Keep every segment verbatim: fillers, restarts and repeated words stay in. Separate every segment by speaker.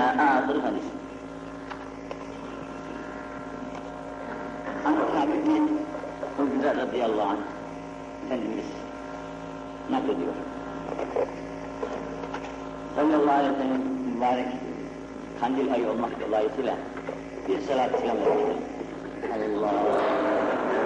Speaker 1: ahir hadis. Anlatan İbni Hüzeyfe radıyallahu anh Efendimiz naklediyor. Sallallahu aleyhi ve sellem mübarek kandil ayı olmak dolayısıyla bir salat-ı selam vermiştir. Allah'a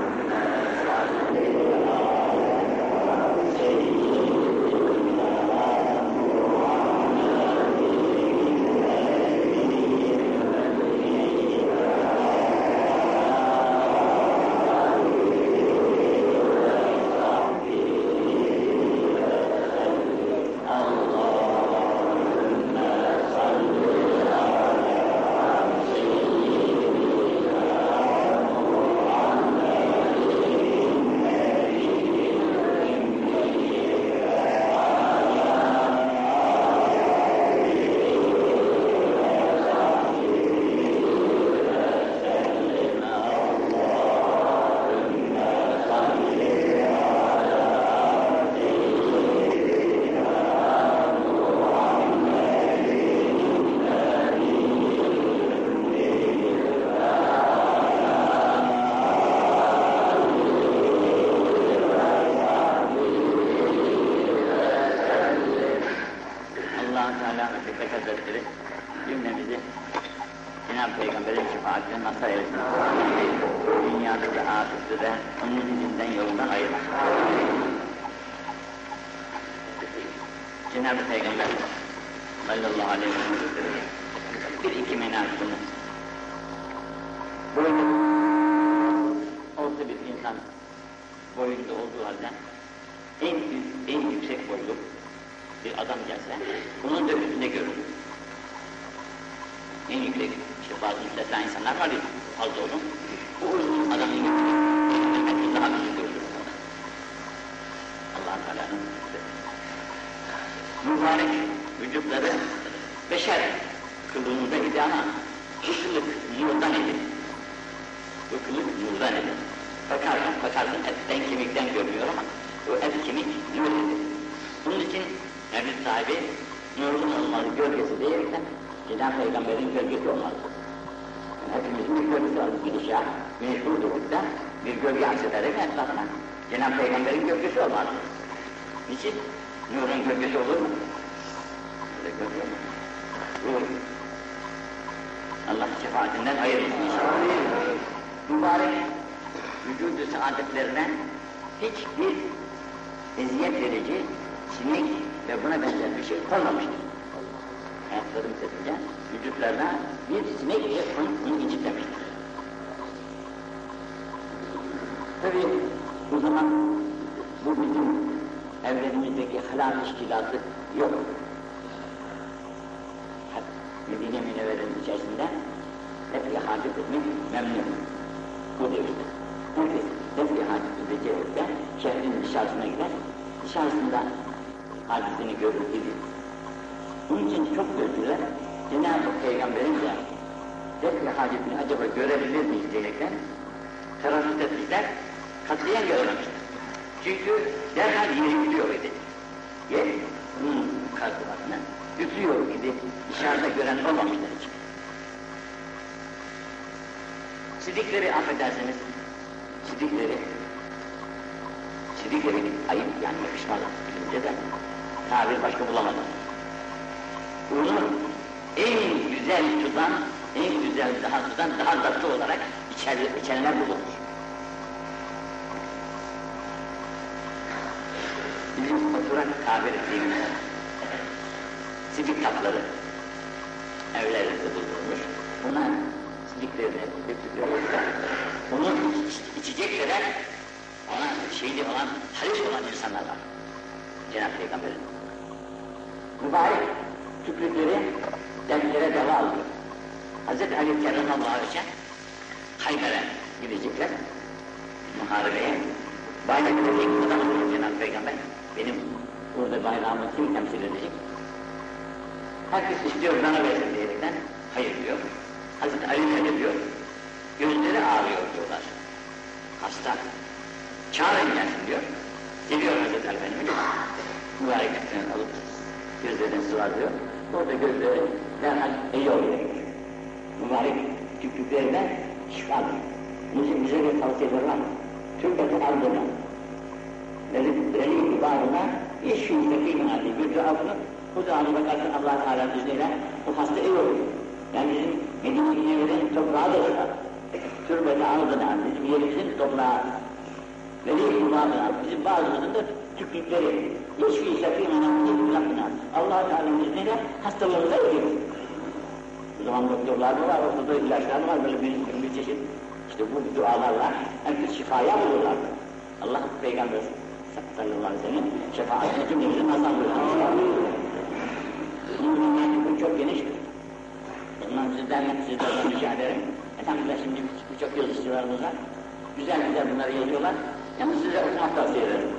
Speaker 1: Cenab-ı Peygamber sallallahu aleyhi ve sellem bir iki menasını boynu olsa bir insan boyunda olduğu halde en, en yüksek boylu bir adam gelse bunun döküntüne görür. En yüksek, işte bazı müstesna insanlar var ya, fazla olur. Bu uzun adamın yüksek, daha büyük görülür. Allah-u Teala'nın mübarek vücutları beşer kılığında idi ama bu kılık nurdan idi. Bu kılık nurdan idi. Bakarsın, bakarsın etten kemikten görünüyor ama o et kemik nur idi. Bunun için mevlid sahibi nurlu olmalı, gölgesi değilse Cenab-ı Peygamber'in gölgesi olmalı. Yani hepimizin bir gölgesi var. Bir işe meşhur durukta bir gölge aksederek etrafına Cenab-ı Peygamber'in gölgesi olmalı. Niçin? Nurun gölgesi olur mu? Öyle gölge olur. Bu Allah şefaatinden ayırmasın inşallah. Mübarek vücudu saadetlerine hiçbir eziyet verici sinek ve buna benzer bir şey konmamıştır. Hayatlarım sesince vücutlarına bir sinek bile onu incitmemiştir. Tabii bu zaman bu bizim evrenimizdeki halal işkilatı yok. Medine Münevvere'nin içerisinde Defi hacet etmek memnun. Bu devirde. Herkes Defi haceti becerip de şehrin dışarısına gider, dışarısında hacetini görür gibi. Bunun için çok gözlüler, Cenab-ı Peygamber'in de Defi hacetini acaba görebilir miyiz diyerekten tereddüt etmişler, katliyen görememişler. Çünkü derhal yeri yutuyor idi. Yer, bunun karşılarını yutuyor idi, dışarıda gören olmamışlar hiç. Sidikleri affedersiniz, sidikleri, sidikleri ayıp yani yakışmaz bilince de tabir başka bulamadım. Onu en güzel tutan, en güzel daha tutan, daha tatlı olarak içer, içenler bulunur. Bizim oturan tabir ettiğimiz sidik kapları evlerinde bulunmuş. Buna sidiklerine, döktüklerine, onu içecek kadar ona şeyli olan, halis olan insanlar var. Cenab-ı Peygamber'in. Mübarek tüplükleri dertlere dava alıyor. Hazreti Ali Kerramallahu aleyhi Hayber'e gidecekler, muharebeye. Bayrakları ilk adam oluyor Cenab-ı Peygamber. Benim burada bayrağımı kim temsil edecek? Herkes istiyor bana versin diyerekten, hayır diyor. Hazreti Ali ne diyor? Gözleri ağrıyor diyorlar. Hasta. Çağırın gelsin diyor. Geliyor Hazreti Ali Efendimiz. Mübarek etlerini alıp gözlerine sıvazlıyor. orada gözleri derhal iyi oluyor. Mübarek tüklüklerine şifadır. Bunun için bize bir tavsiyeler var. Türbeti ardına, veli ibarına, yeşil müstakil hali bir dua bunu, bu duanı bakarsın Allah-u Teala izniyle, bu hasta iyi oluyor. Yani bizim Medine-i toprağı da orada. Türbeti ardına, bizim yerimizin toprağı. Veli ibarına, bizim bazımızın da tüklükleri, yeşil müstakil hali Allah-u Teala'nın izniyle hastalığımıza ediyoruz. O zaman doktorlar mı var, ortada ilaçlar mı var, böyle bir, bir çeşit. İşte bu dualarla herkes şifaya bulurlar. Allah Peygamber sallallahu aleyhi ve sellem şefaatini cümlemizin nazar buyurmuş. Bu çok geniştir. Ondan sizden, sizden rica ederim. Elhamdülillah şimdi birçok yazıcılarımız var. Güzel güzel bunları yazıyorlar. Yalnız size okumak tavsiye ederim.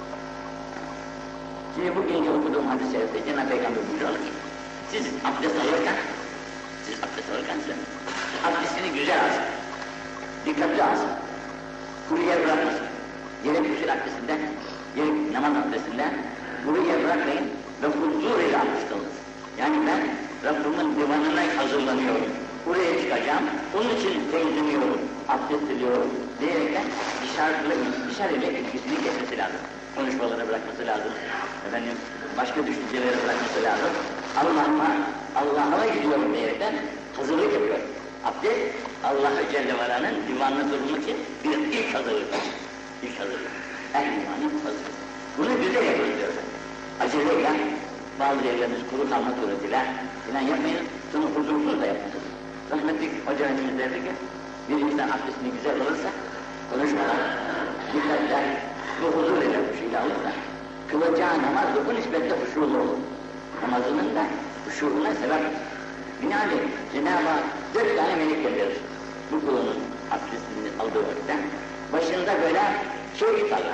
Speaker 1: Şimdi bu birinci okuduğum hadis-i şerifte Cenab-ı Peygamber buyuruyor ki, siz abdest alırken, siz abdest alırken size, abdestini güzel alsın, dikkatli alsın, kuru yer bırakmasın. Gerek usul abdestinde, gerek namaz abdestinde kuru yer bırakmayın ve huzur ile abdest alınız. Yani ben Rabbimin divanına hazırlanıyorum, buraya çıkacağım, onun için temizleniyorum, abdest ediyorum diyerekten dışarıda, dışarıyla ilgisini kesmesi lazım. Konuşmaları bırakması lazım, efendim başka düşünceleri bırakması lazım. Allah'ıma, Allah'a gidiyorum diyerekten hazırlık yapıyor. Abdest, Allah-u Celle ve Ala'nın divanına durmak için bir ilk hazırlık. İlk hazırlık. Ehl-i divanın hazırlık. Bunu güzel yapıyoruz diyor efendim. Aceleyle, bazı yerlerimiz kuru kalmak suretiyle filan yapmayın, sonra huzursuz da yapmayın. Rahmetli Hoca Efendimiz derdi ki, bir insan abdestini güzel alırsa, konuşmadan, dikkatle, bu huzur ile huşuyla alırsa, kılacağı namaz da bu nispetle huşulu olur. Namazının da huşuğuna sebep. Binaenaleyh Cenab-ı Hak dört tane melek gönderir. Bu kulunun abdestini aldığı vakitte, başında böyle şey tutarlar,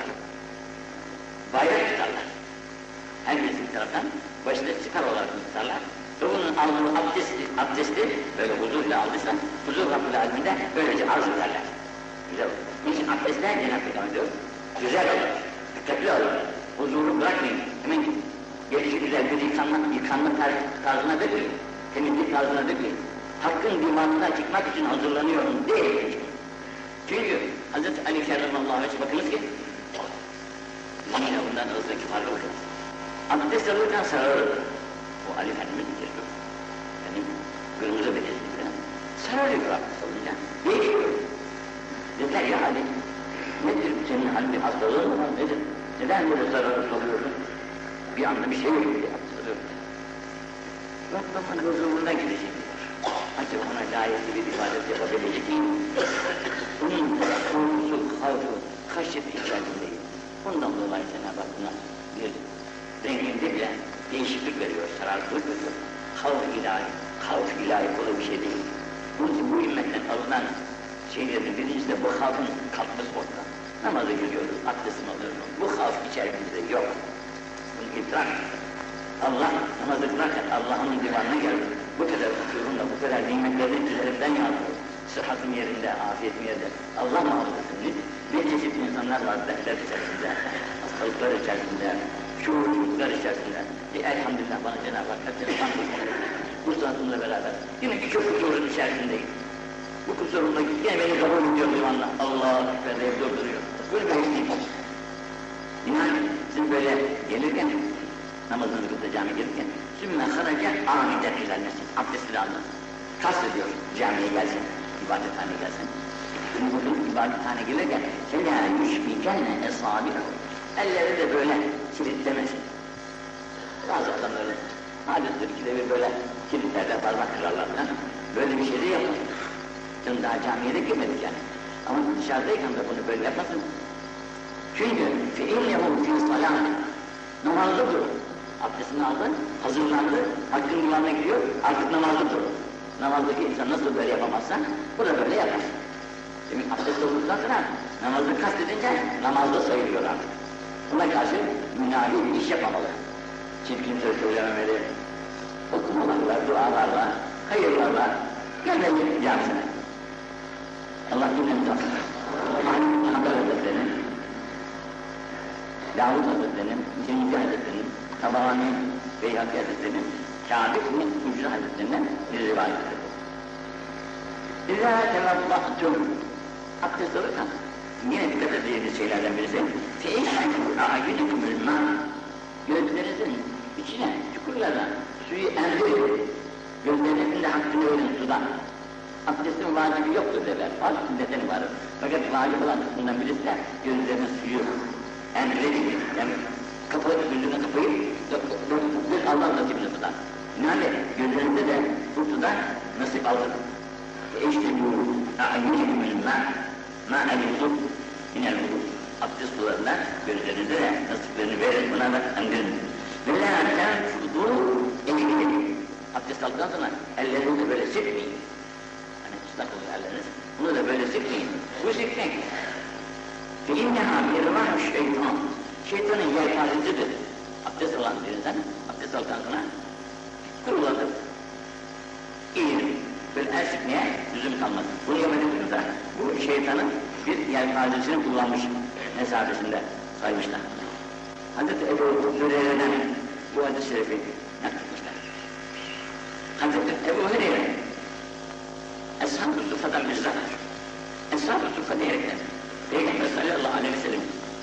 Speaker 1: bayrak tutarlar. Herkes bir taraftan başında çıkar olarak tutarlar. Ve bunun aldığı abdesti, abdesti böyle huzurla aldıysa, huzur Rabbül Aleminde böylece arz ederler. Güzel olur. Niçin abdestler Cenab-ı Peygamber diyor? Güzel olur, dikkatli olur. Huzuru bırakmayın. Hemen gelişi güzel bir yıkanma, yıkanma tarzına dökmeyin. Temizlik tarzına dökmeyin. Hakkın divanından çıkmak için hazırlanıyorum diye. Çünkü Hazreti Ali Kerramallahu aleyhi bakınız ki yine bundan hızlı kibarlı bakın. Abdest alırken sarılır. O Ali Efendimiz bitirdi. Yani kırmızı bir ezdi. Sarılıyor abdest alınca. Değişiyor. Yeter ya Ali. Nedir senin halin bir hastalığın mı var nedir? Neden böyle sarılıp oluyorsun? Bir anda bir şey yok diye abdest alıyorsun. Rabbimin huzuruna gidecek diyor. Acaba ona layıklı bir ibadet yapabilecek miyim? Bunun korkusu, havfu, haşyeti içerisindeyim. Bundan dolayı Cenab-ı Hak buna bir renginde bile değişiklik veriyor, sararlılık veriyor. Havf ilahi, havf ilahi kolu bir şey değil. Bunun için bu ümmetten alınan şeylerin birincisi de bu havfın kalkması ortada. Namaza giriyoruz, abdestini alıyoruz. Bu havf içerimizde yok. Bunu idrak. Allah namazı bırakın, Allah'ın divanına geldi. Bu kadar huzurunla, bu kadar nimetlerin üzerimden yazdı. Sıhhatim yerinde, afiyetim yerinde. Allah muhabbetini bir çeşit insanlar var dertler içerisinde, hastalıklar içerisinde, şuursuzluklar içerisinde. E, elhamdülillah bana Cenab-ı Hak hepsini kandırdı. Bu zatımla beraber yine birçok huzurun içerisindeyim. Bu huzurumda yine beni kabul ediyor divanla. Allah Ekber diye durduruyor. Böyle bir hissiyim. Yani siz böyle gelirken, namazınızı kıldı camiye gelirken, sümme haraca amiden ilerlesin, abdestini aldın. Kastediyor camiye gelsin, ibadethane gelsin. Şimdi bugün ibadethane gelirken, sena yüşbikenne esabi'u. Elleri de böyle kilitlemesin. Bazı adamların adettir ki de bir böyle kilitlerle parmak kırarlardan. Böyle bir şey de yapın. Şimdi daha camiye de girmedik yani. Ama dışarıdayken de bunu böyle yapmasın. Çünkü فَاِنَّهُ فِي صَلَامٍ namazda durur. Abdestini aldı, hazırlandı, hakkın divanına gidiyor, artık namazda durur. Namazdaki insan nasıl böyle yapamazsa, bu da böyle yapar. Şimdi abdest olduktan sonra namazı kastedince namazda sayılıyor artık. Buna karşı münavi bir iş yapamalı. Çirkin söz söylememeli, okumalarla, dualarla, hayırlarla gelmeli camisine. Allah dinlemizi alsın. Muhammed Hazretleri'nin, Davud Hazretleri'nin, Cemil Hazretleri'nin, Tabağani Beyhaki Hazretleri'nin Kâbi bunun Ucra Hazretlerinden bir rivayettir. İzâ tevabbâ'tum abdest alırken yine dikkat edeceğiniz şeylerden birisi fe'işâkû a'yunukumul mâ gözlerinizin içine, çukurlara suyu emdirin. Gözlerinizin de hakkını verin sudan. Abdestin vacibi yoktur derler. Az sünnetin varır. Fakat vacip olan kısmından birisi de gözlerinin suyu emdirin. Yani kapayıp, gözünü kapayıp bir Allah nasibini sudan. Yani gözlerinde de bu sudan nasip alır. İşte bu a'yunukumul mâ mâ'el vudû minel vudû. Abdest sularından gözlerinize de nasiplerini verin. Buna da emdirin. Ve lâ tenfudû eğilin. Abdest aldıktan sonra ellerinizi böyle sıkmayın. Hani ıslak oluyor elleriniz. Bunu da böyle sıkmayın. Bu sıkmak. Fe innehâ mirvâhu şeytan. Şeytanın yelpazesidir. Abdest alan bir insan, abdest aldıktan sonra kurulanır. İyilir. Böyle el sıkmaya lüzum kalmaz. Bunu yapmadıktan da bu şeytanın bir yelpazesini kullanmış mesafesinde saymışlar. Hazreti Ebu Hureyre'den bu hadis-i şerifi nakletmişler. Hazreti Ebu Hureyre Eshab-ı Suffa'dan bir zat. Eshab-ı Suffa diyerekten Peygamber sallallahu aleyhi ve sellem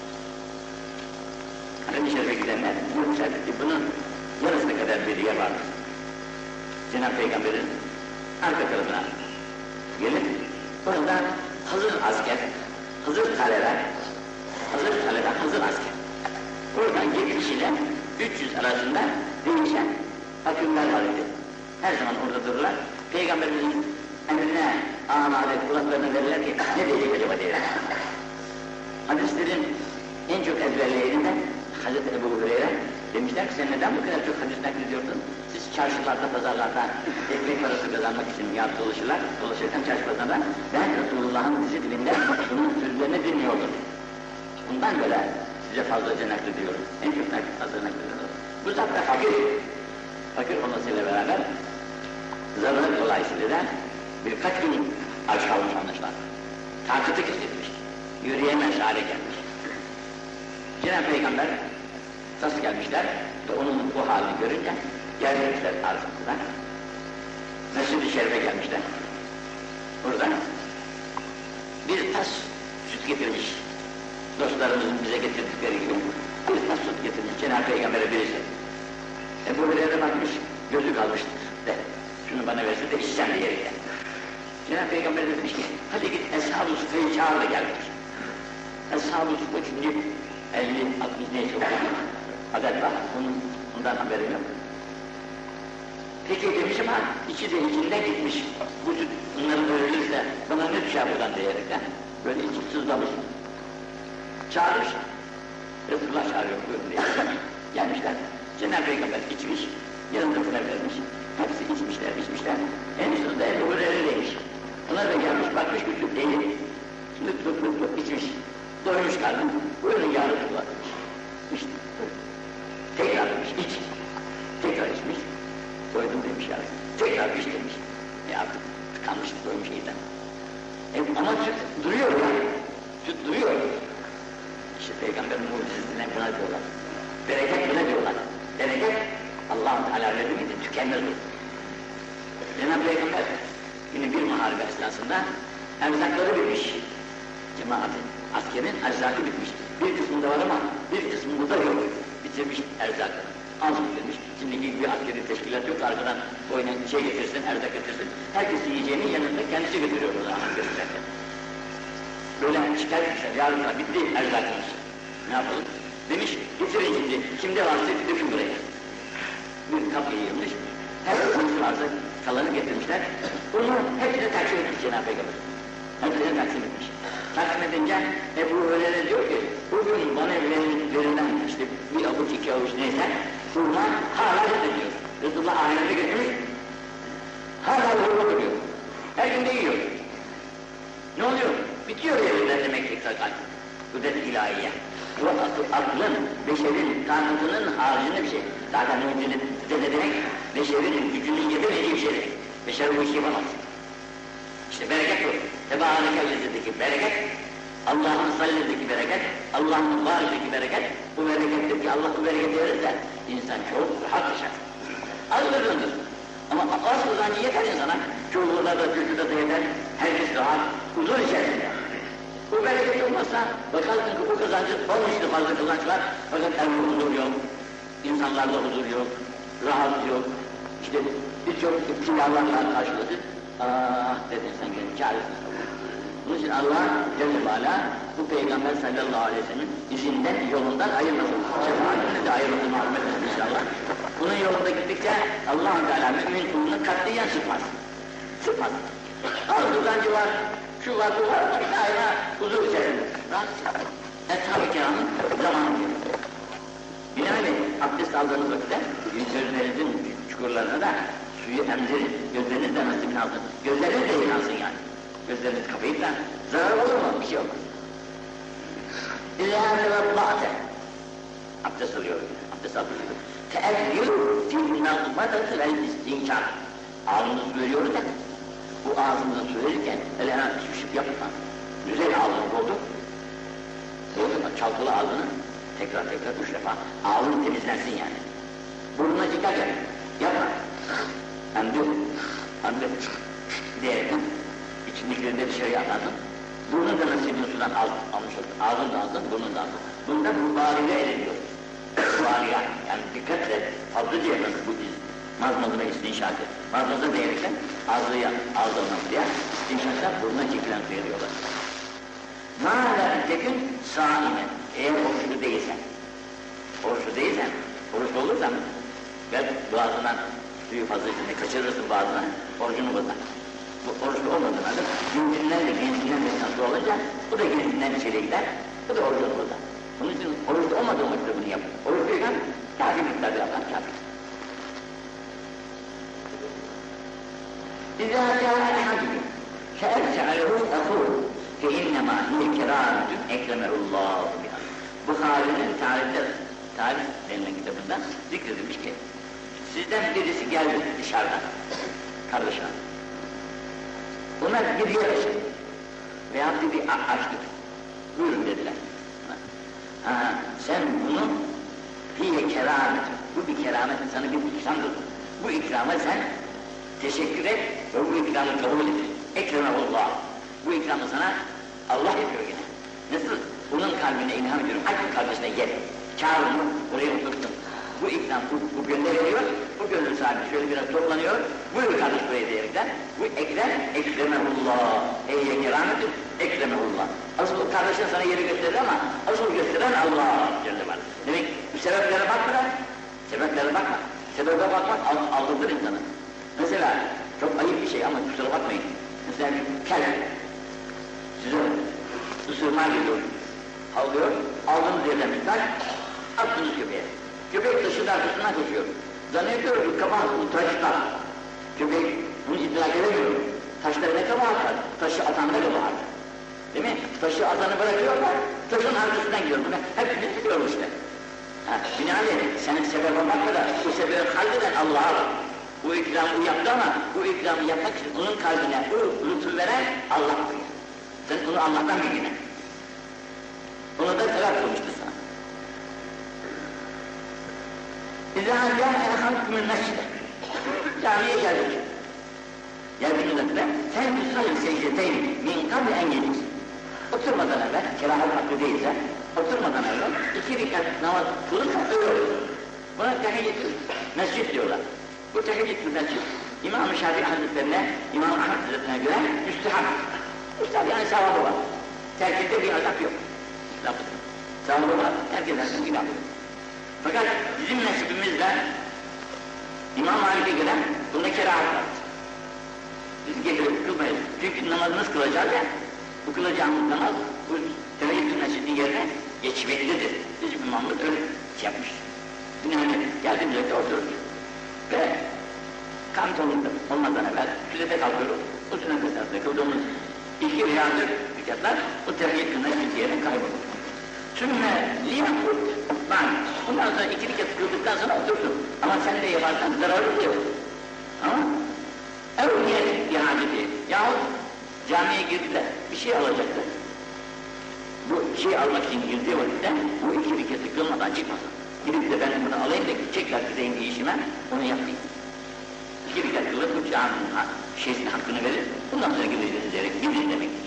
Speaker 1: Hadis-i şerife gidenler yoksa bunun yarısına kadar bir yer vardır. Cenab-ı Peygamber'in arka tarafına gelip orada hazır asker, hazır taleler, hazır taleler, hazır asker. Oradan yetmiş ile üç yüz arasında değişen akımlar var idi. Her zaman orada dururlar. Peygamberimizin emrine, amale, kulaklarına verirler ki ne diyecek acaba diye. Hadislerin en çok ezberleyeni de Hazreti Ebu Hureyre demişler ki sen neden bu kadar çok hadis naklediyordun? Siz çarşılarda, pazarlarda ekmek parası kazanmak için yap dolaşırlar, dolaşırken çarşı pazarda ben Resulullah'ın dizi dilinde bunun sözlerini dinliyordum. Bundan böyle size fazlaca naklediyorum. En çok fazla naklediyorum. Bu zat da fakir. Fakir olmasıyla beraber zararı dolayısıyla da birkaç gün aç kalmış anlaşılan. Takıtı kesilmiş. Yürüyemez hale gelmiş. Cenab-ı Peygamber tas gelmişler ve onun bu halini görünce gelmişler arkasından. Mescid-i Şerif'e gelmişler. Buradan bir tas süt getirmiş. Dostlarımızın bize getirdikleri gibi bir tas süt getirmiş Cenab-ı Peygamber'e birisi. Ebu Hureyre bakmış, gözü kalmıştır de, şunu bana versin de içeceğim diyerekten. Cenab-ı Peygamber demiş ki, hadi git Eshab-ı Suffa'yı çağır da gel demiş. Eshab-ı Suffa çünkü elli altmış neyse okudu. Haber var, onun, ondan haberim yok. Peki demiş ama içi de içinden gitmiş. Bu süt bunları böyleyse bana ne düşer buradan diyerekten böyle içi sızlamış. Çağırmış. Resulullah çağırıyor buyurun diye. Gelmişler. Cenab-ı Peygamber içmiş, yanındakine vermiş. Hepsi içmişler, içmişler. En sonunda Ebu Hureyre'deymiş. Onlar da gelmiş, bakmış bir süt değil. Lık lık lık lık içmiş. Doymuş karnım. Buyurun ya Resulullah demiş. İşte, tekrar demiş, iç. Tekrar içmiş. Doydum demiş ya. Tekrar iç demiş. E artık tıkanmış, doymuş şeyden. E ama süt duruyor ya. Süt duruyor. İşte Peygamberin mucizesinden buna diyorlar. Bereket buna diyorlar. Bereket Allah-u Teala verdi miydi? Tükenmez mi? Cenab-ı Peygamber yine bir muharebe esnasında erzakları bitmiş. Cemaatin, askerin erzakı bitmiş. Bir kısmında var ama bir kısmında da yok. Bitirmiş erzakını. Az bitirmiş. Şimdiki bir askeri teşkilat yok. Arkadan boyuna şey getirsin, erzak getirsin. Herkes yiyeceğinin yanında kendisi götürüyor o zaman götürürken. Böyle şikayet etmişler. Yarın bitti erzakımız. Ne yapalım? Demiş, getirin şimdi. Kimde varsa dökün buraya. Bir kap yiyilmiş. Her kısmı varsa kalanı getirmişler. Bunu hepsini taksim etmiş Cenab-ı Peygamber. Hepsini taksim etmiş. Taksim edince Ebu Hureyre diyor ki, bugün bana verilen işte bir avuç iki avuç neyse, hurma hala ediyor. Resulullah ahirete getirmiş, hala hurma duruyor. Her gün de yiyor. Ne oluyor? Bitiyor yerinden demek ki sakal. Kudret ilahiye. Bu aklın, beşerin, kanıtının haricinde bir şey. Zaten mucize demek, beşerin gücünün yetemediği bir şey demek. Beşer bu işi yapamaz. İşte bereket bu. Tebâreke lezzedeki bereket, Allah'ın salledeki bereket, Allah'ın varlıktaki bereket, bu berekettir ki Allah bu bereketi verirse, insan çok rahat yaşar. Az kazanır. Ama az kazancı yeter insana. Çoluğunda da, çocuğunda da yeter. Herkes rahat, huzur içerisinde. Bu bereket olmazsa, bakarsın ki bu kazancı olmuştu fazla kazanç var. Fakat evde huzur yok, insanlarda huzur yok, rahat yok. İşte birçok ibtilalarla karşıladık. Ah dedin sen gene çaresiz oldun. Bunun için Allah Celle ve Ala bu Peygamber sallallahu aleyhi ve sellem'in izinden, yolundan ayırmasın. Şefaatini de ayırmasın, mahrum etmesin inşallah. Bunun yolunda gittikçe Allah-u Teala mümin kulunu katliyen sıkmaz. Sıkmaz. Az kazancı var, şu var, bu var, daima huzur içerisinde. Rahat sıkmaz. Eshab-ı kiramın zamanı gibi. Binaenaleyh abdest aldığınız vakitte gözlerinizin çukurlarına da suyu emzirin, gözleriniz de nasibini alsın. Gözleriniz de yıkansın yani. Gözlerinizi kapayıp da zarar olur mu? Bir şey olmaz. İllâ tevabbâte. Abdest alıyor, abdest alıyor. Teezzül fînnâ ummadası vel istinşâr. Ağzımızı söylüyoruz ya, bu ağzımızı söylerken öyle hemen şıp şıp yapma. Güzel ağzını doldur. Doldurma, çalkalı ağzını tekrar tekrar üç defa. Ağzını temizlensin yani. Burnuna çıkarken yapma. Hem de, hem de diyerekten içindekileri de dışarıya atarsın. Burnun da nasibini sudan al, almış oldun. Ağzını da aldın, burnunu da aldın. Bunda mübariyle ediliyor. Mübariyle, yani dikkatle fazlaca yapasın bu iz. Mazmazına istinşakı. Mazmaza diyerekten ağzıya aldığından diye istinşakta burnuna çekilen suya diyorlar. Mâlâ tekin sâime. Eğer oruçlu değilsen, oruçlu değilsen, oruçlu olursan belki boğazından suyu fazla içinde kaçırırsın boğazına, orucunu bozar. Bu oruçlu olmadığına da gençliğinlerle gençliğinlerle şanslı olunca bu da gençliğinden içeri gider, bu da orucunu bozar. Bunun için oruçlu olmadığı vakitte bunu yap. Oruçluyken kâfi miktarda yapan kâfi. İzâ kâne ehadüküm fe'erse'alehu ehûr فَاِنَّمَا هِيَ كَرَامَةٌ اَكْرَمَهُ اللّٰهُ بِهَا. Bukhari'nin tarihler, tarih denilen kitabında zikredilmiş ki sizden birisi geldi dışarıdan, kardeşler. Onlar bir yer açtı veya bir açtık. Buyurun dediler. Ha, sen bunu hiye keramet, bu bir keramet, sana bir ikramdır. Bu ikrama sen teşekkür et ve bu ikramı kabul et. Ekremehullah. Bu ikramı sana Allah yapıyor yine. Nasıl? Onun kalbine ilham ediyorum, aç kardeşine gel. Çağır onu, oraya oturtun. Bu ikram, bu, bu gönderiliyor, bu gönül sahibi şöyle biraz toplanıyor. Buyur kardeş buraya diyerekten. Bu ekrem, ekremehullah. Eyye kerametin, ekremehullah. Asıl o kardeşin sana yeri gösterir ama asıl gösteren Allah Celle var. Demek bu sebeplere bakma da, sebeplere bakma. Sebebe bakmak aldırdır insanı. Mesela, çok ayıp bir şey ama kusura bakmayın. Mesela bir kel, size ısırmaya geliyor, havlıyor, aldığınız yerden bir taş, attınız köpeğe. Köpek taşın arkasından koşuyor. Zannediyor ki kabahat bu taşlar. Köpek bunu idrak edemiyor. Taşları ne kabahat var? Taşı atan da kabahat. Değil mi? Taşı atanı bırakıyorlar, taşın arkasından gidiyor. Bunu hepimiz biliyoruz işte. Ha, binaenaleyh senin sebebe bakma da bu sebebi halleden Allah'a bak. Bu ikramı yaptı ama bu ikramı yapmak için onun kalbine bu lütfu veren Allah koyuyor. Sen onu Allah'tan bilgine. Onu da sevap koymuştu sana. İzâ câe halkümün meşride. Camiye geldik. Geldiğimiz vakıda sen müsallin secdeteyn min kabli en yedik. Oturmadan evvel, kerahat hakkı değilse, oturmadan evvel iki rekat namaz kılırsa öyle olur. Buna tehiyyetül mescid diyorlar. Bu tehiyyetül mescid, İmam-ı Şafii Hazretlerine, İmam-ı Ahmet Hazretlerine göre müstehap. Müstehap yani sevabı var. Terkinde bir azap yok. Sevabı var, terk edersin günah yok. Fakat bizim nesibimizde İmam Malik'e göre bunda kerahat var. Biz getirip kılmayız. Çünkü namazınız kılacağız ya, bu kılacağımız namaz, bu teheyyüd-ü mescidin yerine geçmelidir. Bizim imamımız öyle şey yapmış. Binaenaleyh geldiğimizde de otururuz. Ve kant olunca olmadan evvel sünnete kalkıyoruz. Bu sünnet esasında kıldığımız iki veya dört rükatlar bu teheyyüd-ü mescid yerine kaybolur. Sümme liyakut. Bak, bundan sonra iki rekat kıldıktan sonra otursun. Ama sen de yaparsan zararlı yok. Ama evliyet ihaceti yahut camiye girdiler, bir şey alacaktır. Bu şey almak için girdiği vakitte bu iki rekatı kılmadan çıkmasın. Gidip de ben bunu alayım da tekrar gideyim işime, onu yapmayayım. caminin şeysin hakkını verir, bundan sonra gideceğiniz yere gidin demektir.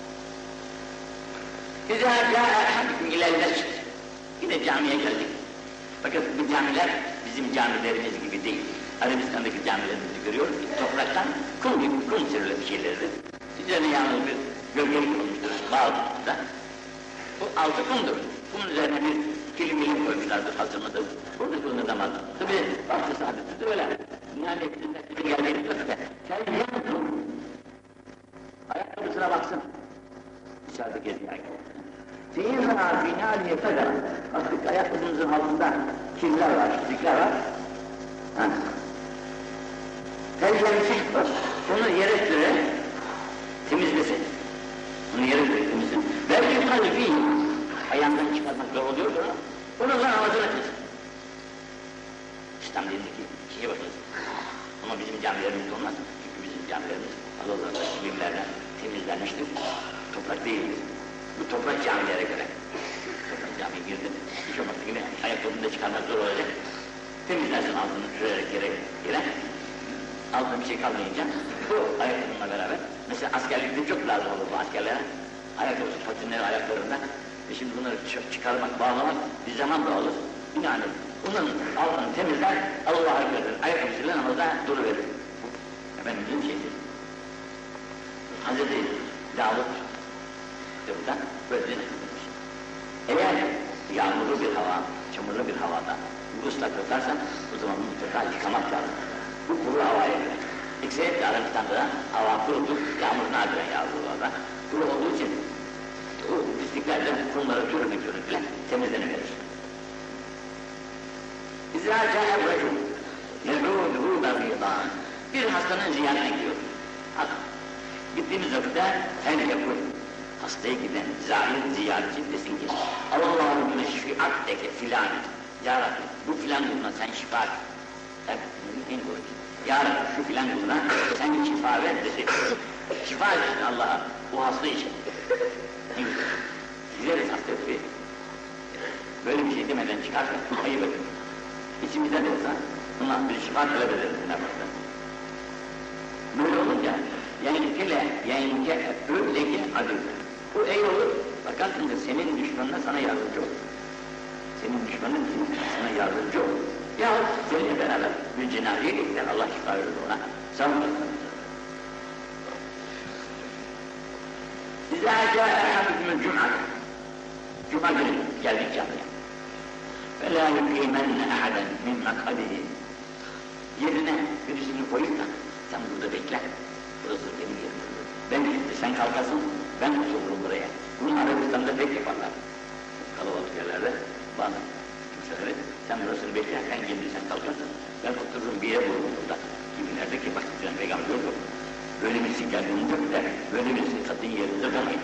Speaker 1: İzâ câe ehadüküm ilel mescid. Yine camiye geldik. Fakat bu camiler bizim camilerimiz gibi değil. Arabistan'daki camilerimizi görüyoruz ki topraktan kum gibi kum sürülen şeylerdir. Üzerine yalnız bir gölgelik olmuştur bağlıkta. Bu altı kumdur. Kumun üzerine bir kilim milim koymuşlardır hazırladı. Burada kullanılamaz. Tabii bazı saadeti de öyle. Dünyanın hepsinde bir gelmeyi tutar. Sen yalnız ayakkabısına baksın. Dışarıda gezerken. Fîhâ fînâliye fedâ. Artık ayakkabımızın altında kirler var, çizikler var. Ha. Tezlemsik var. Onu yere süre temizlesin. Onu yere süre temizlesin. Belki kalbi ayağından çıkarmak zor oluyor da onu da ağzına kılsın. İslam dinindeki şeye bakın. Ama bizim camilerimiz olmaz. Çünkü bizim camilerimiz Allah'ın bilimlerden temizlenmiştir. Toprak değildir. Bu toprak camilere göre. Toprak camiye girdi. Hiç olmazsa gibi ayakkabını da çıkarmak zor olacak. Temizlersin altını sürerek yere yere. Altına bir şey kalmayınca bu ayakkabınla beraber. Mesela askerlikte çok lazım olur bu askerlere. Ayakkabısı, patinleri ayaklarında. E şimdi bunları çıkarmak, bağlamak bir zaman da olur. Yani bunun altını temizler, Allah'a götürür. Ayakkabısıyla namazda duruverir. Efendimizin şeyi. Hazreti Davud buradan böyle denetlenmiş. Eğer yağmurlu bir hava, çamurlu bir havada bu ıslak tutarsan o zaman mutlaka yıkamak lazım. Bu kuru havaya göre. Ekseriyetle Arabistan'da da hava kurudur, yağmur nadiren yağmur orada. Kuru olduğu için o pisliklerle kumları türlü türlü temizlenebilir. İzâ câe racul yedûdû bâgîdân. Bir hastanın ziyaretine gidiyor. Hadi. Gittiğimiz vakitte her yapıyor. Hastaya giden zahir ziyaretçi desin ki Allah'ın şifiat deke filan. Ya Rabbi bu filan kuluna sen şifa ver. Evet, en doğru. Ya Rabbi şu filan kuluna sen şifa ver desin. Şifa etsin Allah'a bu hasta için. Gideriz hastaya tabii. Böyle bir şey demeden çıkarsa ayıp edin. İçimizde de olsa buna bir şifa talep ederiz. Böyle olunca yenkele, yenke, öyleki adı. Bu ey olur, bakarsın da senin düşmanına sana yardımcı olur. Senin düşmanın sana yardımcı olur. Yahut seninle beraber bir cenaziye gittiler, Allah şifa verir ona. Sağ olun. İzâ câe ehadükümül cum'a. Cuma günü geldik camiye. فَلَا يُقِيمَنَّ اَحَدًا مِنْ مَقْعَدِهِ. Yerine birisini koyup da sen burada bekle. Burası benim yerim. Ben gitti, sen kalkarsın, ben otururum buraya. Bunu Arabistan'da pek yaparlar. Kalabalık yerlerde bazı kimseleri, sen burasını bekle, sen gelirsen kalkarsın, ben otururum bir yer bulurum burada. Gibilerde ki bak, sen peygamber yok. Böyle birisi geldiğini yok der, böyle birisi kadın yerinde durmayın.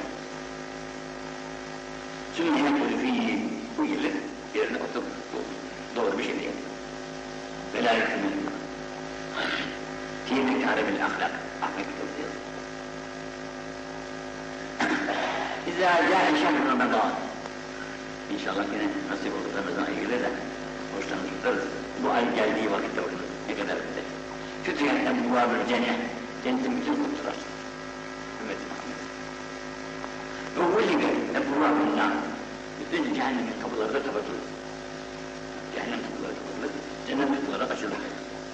Speaker 1: Sünneye kulüfiyi, bu gelir, yerine otur, doğru bir şey değil. Velâ hükmün. Fî mekârebil ahlak, ahlak diyor. İzâ câe şehr Ramazan. İnşallah yine nasip olur Ramazan ayı gelir de hoşlanır tutarız. Bu ay geldiği vakitte olur. Ne kadar güzel. Fütüyetten muvâbül cennet. Cennetin bütün kurtular. Ümmet-i Muhammed. Ve hulibe ebvâbül nâr. Bütün cehennemin kapıları da kapatılır. Cehennem kapıları kapatılır. Cennet kapıları açılır.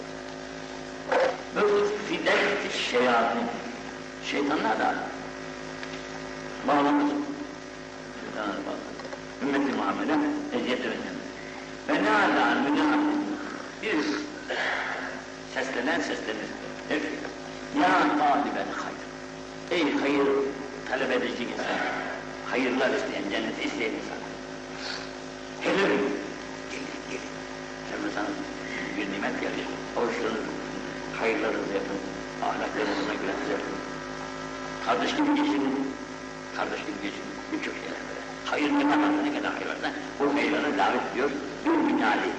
Speaker 1: Ve fiddet şeyatın. Şeytanlar da bağlanır. Şeytanlar bağlanır. Ümmet-i Muhammed'e eziyet verin. Ve ne âlâ müdâhâfın. Bir seslenen seslenir. Der ki, ya tâliben hayır. Ey hayır talep edici insan. Hayırlar isteyen, cenneti isteyen insan. Hele gelin, gelin. Şimdi sana bir nimet gelir. Oruçlarınızı, hayırlarınızı yapın. Ahlaklarınızına göre yapın. Kardeş gibi geçinin. Kardeş gibi geçinin. Birçok şeyler böyle. Hayır ne kadar, ne kadar hayır varsa bu hayırlara davet ediyor. Bir müdahale.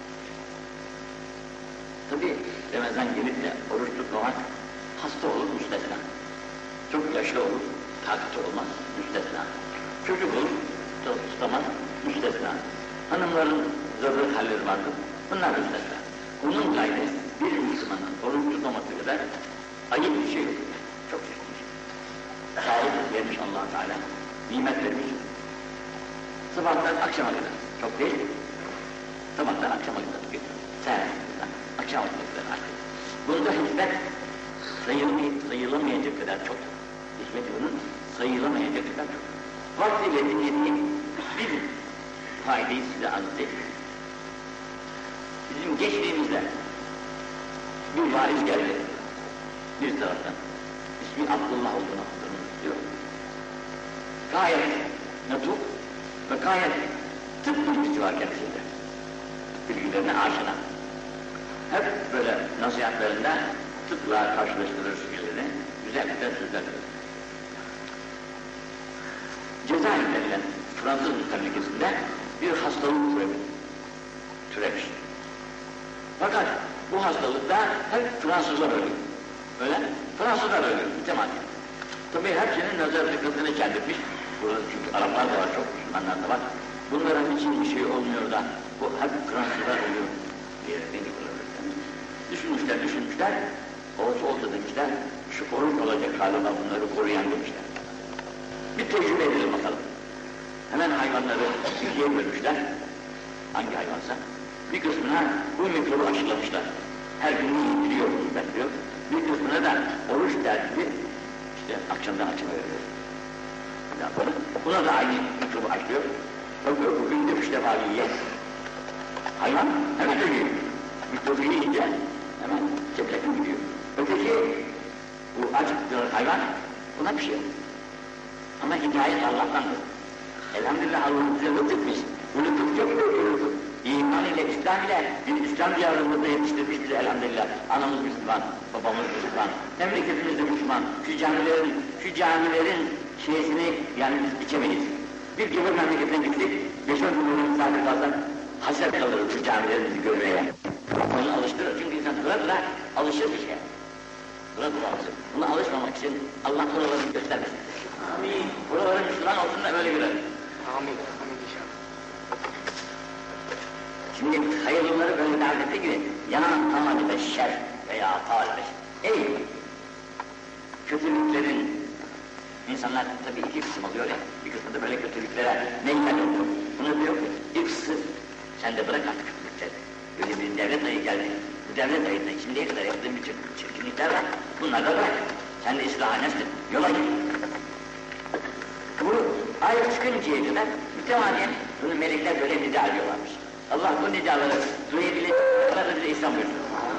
Speaker 1: Tabii Ramazan gelip de oruç tutmamak hasta olur müstesna. Çok yaşlı olur, takati olmaz müstesna. Çocuk olur, tutamaz müstesna. Hanımların zarur halleri vardır, bunlar müstesna. Bunun kaydı bir Müslümanın oruç tutmaması kadar ayıp bir şey yok. Çok çeşitli. Sağlık vermiş Allah Teala, nimet vermiş. Sabahtan akşama kadar, çok değil mi? Sabahtan akşama kadar gidiyor. Sen akşama kadar artık. Bunda hizmet sayılmay sayılamayacak kadar çok. Hizmet bunun sayılamayacak kadar çok. Vaktiyle dinlediğim bir faydayı size arz edeyim. Bizim geçtiğimizde bir vaiz geldi. Bir taraftan. İsmi Abdullah olduğunu hatırlıyor. Gayet natuk ve gayet tıpkı birisi var kendisinde. Bilgilerine aşina. Hep böyle nasihatlerinde tıpla karşılaştırır şeyleri, güzel güzel sözler. Cezayir denilen Fransız mütemlekesinde bir hastalık türemiş. türemiş. Fakat bu hastalıkta hep Fransızlar ölüyor. Öyle Fransızlar ölüyor, mütemadiyen. Tabii hepsinin nazar dikkatini çeldirmiş. Burada çünkü Araplar da var, çok Müslümanlar da var. Bunların için bir şey olmuyor da, bu hep Fransızlar ölüyor diye beni kullanırken. Düşünmüşler, düşünmüşler, olsa olsa demişler, şu korun olacak galiba bunları koruyan demişler. Bir tecrübe edelim bakalım. Hemen hayvanları ikiye bölmüşler. Hangi hayvansa? Bir kısmına bu mikrobu aşılamışlar. Her gün biliyor, bekliyor. Bir kısmına da oruç tertibi, işte akşamdan akşama veriyor. Buna da aynı mikrobu aşılıyor. Bakıyor, bugün de üç defa yiyor. Hayvan hemen ölüyor. Mikrobu yiyince hemen çeplekten gidiyor. Öteki, bu acıktıran hayvan, buna bir şey yok. Ama hidayet Allah'tandır. Elhamdülillah Allah'ın bize lütfetmiş. Bu lütuf çok büyük bir lütuf. İman ile, İslam ile, bir İslam diyarımızda yetiştirmiş bizi elhamdülillah. Anamız Müslüman, babamız Müslüman, memleketimiz de Müslüman. Şu camilerin, şu camilerin şeysini yani biz içemeyiz. Bir gibi memleketine gittik, beş on gün misafir kalsak, hasret kalırız şu camilerimizi görmeye. Onu alıştırır çünkü insan bırakla alışır bir şey. Bırakla alışır. Buna alışmamak için Allah buraları göstermesin. Amin. Buraları Müslüman olsun da böyle görelim.
Speaker 2: Amin. Amin inşallah.
Speaker 1: Şimdi hayırlıları böyle davet ettiği gibi yanan tamamen beşer veya talbeş. Ey! Kötülüklerin insanlar tabii iki kısım oluyor ya. Bir kısmı da böyle kötülüklere meydan oluyor. Bunu diyor ki ilk kısım sen de bırak artık kötülükleri. Böyle bir devlet ayı geldi. Bu devlet ayında şimdiye kadar yaptığın bir çirkinlikler var. Bunlar da bırak. Sen de ıslaha nestin. Yola git. Bu ayet çıkıncaya kadar mütemadiyen bunu melekler böyle nida ediyorlarmış. Allah bu nidaları duyabilecek kadar bize İslam buyurdu.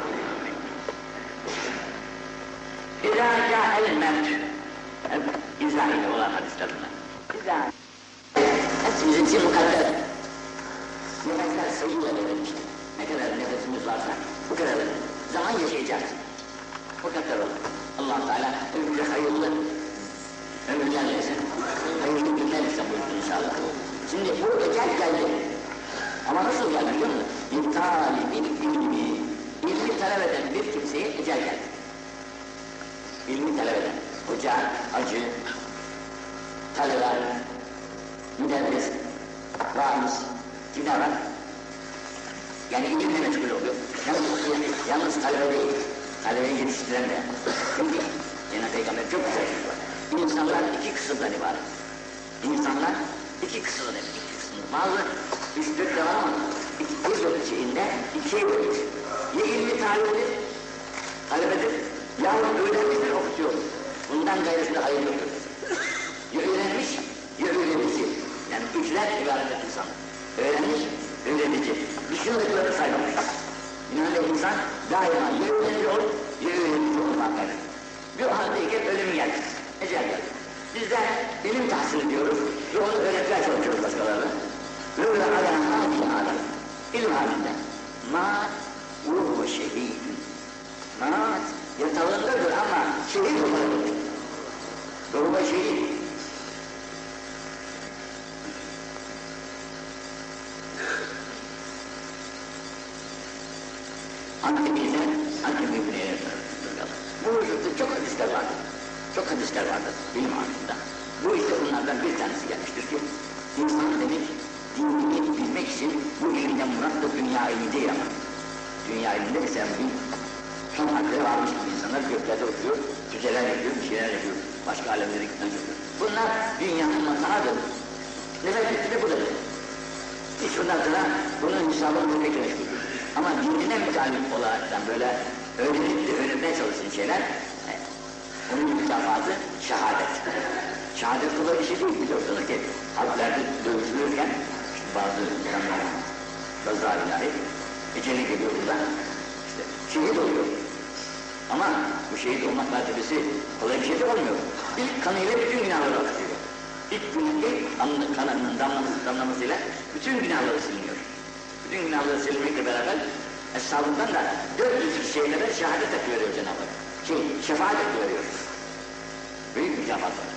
Speaker 1: İzâ câ'el mevt. Hep izah ile olan hadisler bunlar. İzâ. Hepsi bizim için mukadder. Nefesler sayıyla verilmiştir. Ne kadar nefesimiz varsa bu kadar zaman yaşayacağız. Mukadder olur. Allah-u Teala ömrüce hayırlı ömürler versin. Hayırlı günler versin buyurdu inşallah. Şimdi bu ecel geldi. Ama nasıl geldi biliyor musun? Bir talibin ilmi, ilmi talep eden bir kimseye ecel geldi. İlmi talep eden, hoca, hacı, talebe, müderris, vaiz, kimler var? Yani ilimle meşgul oluyor. Yalnız, yalnız talebe değil, talebeyi yetiştiren de. Çünkü Cenab-ı Peygamber çok güzel şey var. İnsanlar iki kısımdan ibaret. İnsanlar iki kısımdan ibaret. İki kısımdan. Bazı üç dört devam ama bir dört şeyinde ikiye bölünür. Ya ilmi talebedir, talebedir, yahut öğrenmiştir, okutuyor. Bundan gayrısında hayır yoktur. Ya öğrenmiş, ya öğrenici. Yani üçler ibaret et insan. Öğrenmiş, öğrenici. Düşündüklerini saymamış. İnanın insan daima ya öğrenici olur, ya öğrenici olmak gayrı. Bir haldeyken ölüm geldi, ecel geldi. Biz de ilim tahsil ediyoruz ve onu öğretmeye çalışıyoruz başkalarına. Böyle alâ hâdî adam, ilim halinde. Mât ruhu şehîdün. Mât yatağındadır ama şehit olarak. Ruhu şehîd. Antep'ine, Antep'ine yapıyoruz. Bu hususta çok hadisler vardır. Çok hadisler vardır bilim alanında. Bu işte bunlardan bir tanesi gelmiştir ki insan demek dinini bilmek için bu ilimden murat da dünya ilmi değil ama dünya ilminde mesela bir son harfleri dağılmış gibi insanlar göklerde oturuyor, füzeler yapıyor, bir şeyler yapıyor, başka alemlere gitmeye çalışıyor. Bunlar dünyanın matanıdır. Nefes etti de budur. Hiç bundan sonra bunun hesabını vermeye çalışıyor. Ama dinine mütalip olaraktan böyle öğrenip de öğrenmeye çalışan şeyler, e, onun mükafatı şehadet. Şehadet kolay bir şey değil, biliyorsunuz ki harplerde dövüşülürken işte bazı insanlar gaza ilahi eceli geliyor burada, işte şehit oluyor. Ama bu şehit olmak mertebesi kolay bir şey de olmuyor. İlk kanıyla bütün günahları atıyor. İlk günün ilk kanının damlaması, damlamasıyla bütün günahları siliniyor. Bütün günahları silinmekle beraber Eshab-ından da dört yüz kişiye kadar şehadet hakkı veriyor Cenab-ı Hak. Şey, şefaat hakkı veriyor. Büyük mükafat var.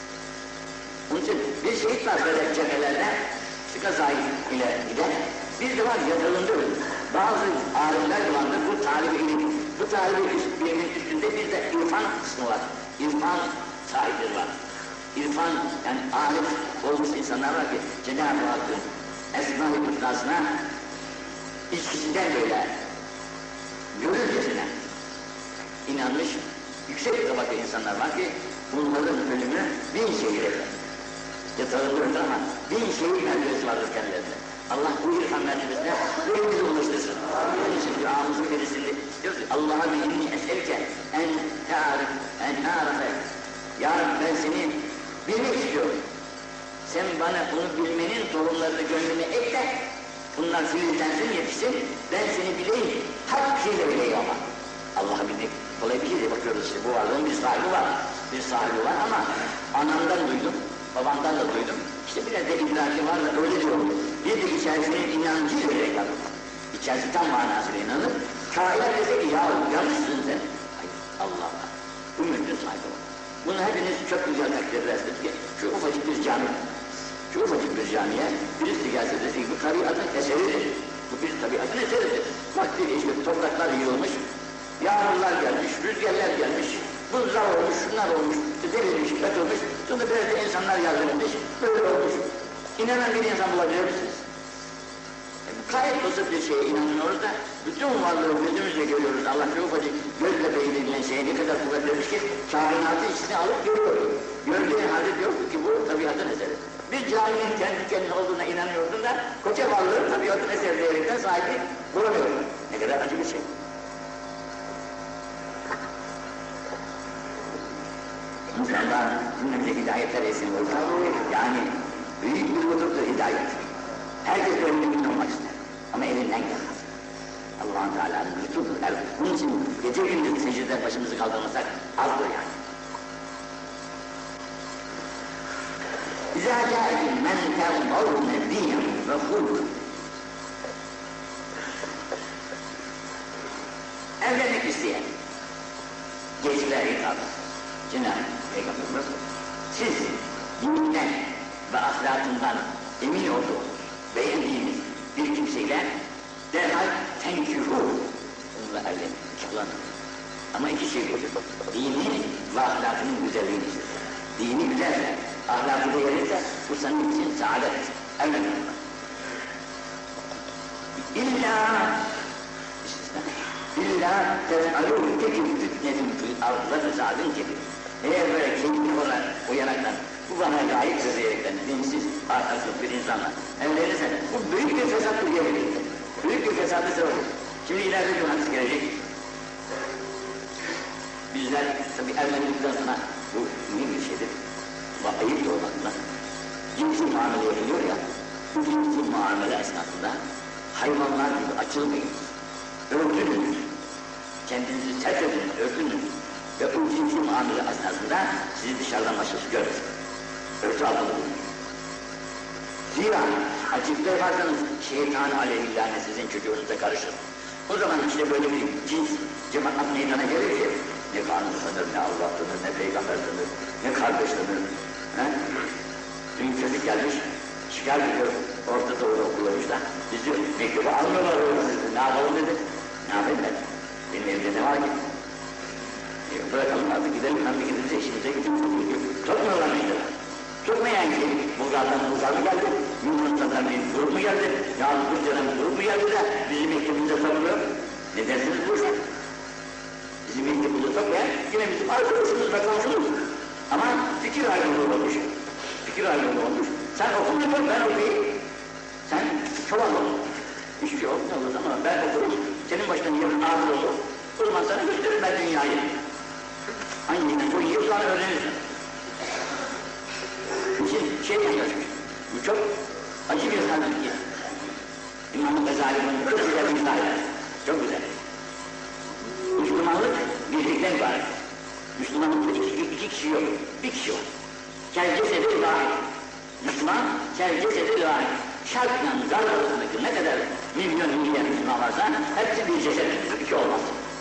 Speaker 1: Onun için bir şehit var böyle cephelerde, işte gazayı ile gider. Bir de var yatırılında ölür. Bazı alimler vardır, bu talibi ilim. Bu talibi ilimin üstünde bir de irfan kısmı var. İrfan sahipleri var. İrfan, yani arif olmuş insanlar var ki Cenab-ı Hakk'ın Esma-i Hüsna'sına içkisinden böyle görürcesine inanmış yüksek bir tabaka insanlar var ki bunların ölümü bin şehir eder. Yatırılır ama bin şehir mertebesi vardır kendilerinde. Allah bu irfan mertebesine hepimizi ulaştırsın. Onun için duamızın birisinde diyoruz ki Allah'a inni es'elke en ta'arif en ta'arife. Ya Rabbi ben seni bilmek istiyorum. Sen bana bunu bilmenin tohumlarını gönlüme ekle. Bunlar filizlensin, yetişsin. Ben seni bileyim. Hakkıyla bileyim ama. Allah'ı bilmek kolay bir şey değil. Bakıyoruz işte bu varlığın bir sahibi var. Bir sahibi var ama anamdan duydum, babamdan da duydum. İşte biraz da idraki var da öyle diyorum. Bir de içerisine inancıyla bile İçerisi tam manasıyla inanır. Kainat dese ki ya yanlışsın sen. Hayır, Allah Allah. Bu mümkün sahibi var. Bunu hepiniz çok güzel takdir edersiniz ki şu ufacık bir cami, şu ufacık bir camiye birisi gelse dese ki bu tabiatın eseridir. Bu bir tabiatın eseridir. Vaktiyle işte topraklar yığılmış, yağmurlar gelmiş, rüzgarlar gelmiş, buzlar olmuş, şunlar olmuş, derilmiş, katılmış, sonra biraz da insanlar yardım etmiş, böyle olmuş. İnanan bir insan bulabilir misiniz? E, bu gayet basit bir şeye inanıyoruz da, bütün varlığı gözümüzle görüyoruz. Allah bir ufacık göz bebeği denilen şeye ne kadar kuvvet vermiş ki, kainatı içine alıp görüyoruz. Gördüğün halde diyoruz ki bu tabiatın eseri. Bir caminin kendi kendine olduğuna inanıyordun da, koca varlığın tabiatın eseri diyerekten sahibi bulamıyorsun. Ne kadar acı bir şey. İnşallah cümlemize hidayetler etsin olsun. Yani büyük bir lütuftur hidayet. Herkes ölümünü olmak ister. Ama elinden gelmez. Allah-u Teala'nın lütfudur. Bunun için gece gündüz secdede başımızı kaldırmasak azdır yani. İzâ câekin men tevvavne dînem ve hulk. Evlenmek isteyen gençler hitap. Cenab-ı Peygamberimiz, siz dininden ve ahlakından emin olduğunuz, beğendiğiniz bir kimseyle derhal tenkûhû, onunla evlenin, nikahlanın. Ama iki şey olur, dini ve ahlakının güzelliğini ister. Dini güzelse, ahlakı da yerinde, bu senin için saadet, evlenin. İlla, istisna, illa tez'alû tekim fitnetin fil ardı ve sa'dın tekim. Eğer böyle kendini olarak uyanaktan, bu bana layık diyerekten, dinsiz, ahlaksız bir insanla evlenirse, bu büyük bir fesattır diyebilir. Büyük bir fesadı sebep. Şimdi ileride bir hadis gelecek. Bizler tabi evlendikten sonra, bu mühim bir şeydir. Bu ayıp da olmakla. Cinsi muamele yapılıyor ya, bu cinsi muamele esnasında hayvanlar gibi açılmayın. Örtünün. Kendinizi terk edin, örtünün. Ve o cinsi muamele esnasında sizi dışarıdan başkası görmesin. Örtü altında bulunur. Zira açıkta yaparsanız şeytan aleyhillâne sizin çocuğunuza karışır. O zaman işte böyle bir cins cemaat meydana gelir ki ne kanun sanır, ne Allah tanır, ne peygamber tanır, ne kardeş tanır. He? Dün çocuk gelmiş, şikayet ediyor, Orta Doğu'da okulamış da bizi mektubu almıyorlar öğrenci. Ne yapalım dedi. Ne yapayım ben? Benim evde ne var ki? E, bırakalım artık gidelim, hem de gidince işimize gidiyoruz. Tutmuyorlar işte. Tutmayan ki Bulgar'dan Bulgar mı geldi? Yunanistan'dan bir grup mu geldi? Yahut Rusya'dan bir grup mu geldi de bizi mektubumuza soruluyor? Ne dersiniz bu? Bizim bildiğimiz yok ya, yine bizim arkadaşımız ve komşumuz. Ama fikir ayrılığı olmuş. Fikir ayrılığı olmuş. Sen okumadın, ben okuyayım. Sen çoban ol. Hiçbir şey olmaz ama ben okurum. Senin başına yarın ağır olur. O zaman sana gösteririm ben dünyayı. Hangi bu yıl sonra öğrenirsin. Şimdi şey yaklaşmış. Bu çok acı bir sanatçı. İmam-ı Gazali'nin çok güzel bir hikaye. Çok güzel. Müslümanlık birlikten var. Müslümanlıkta iki, iki kişi yok. Bir kişi var. Kel cesedi vahid. Müslüman, kel cesedi vahid. Şartla zar arasındaki ne kadar milyon milyon Müslüman varsa hepsi bir cesettir. İki olmaz.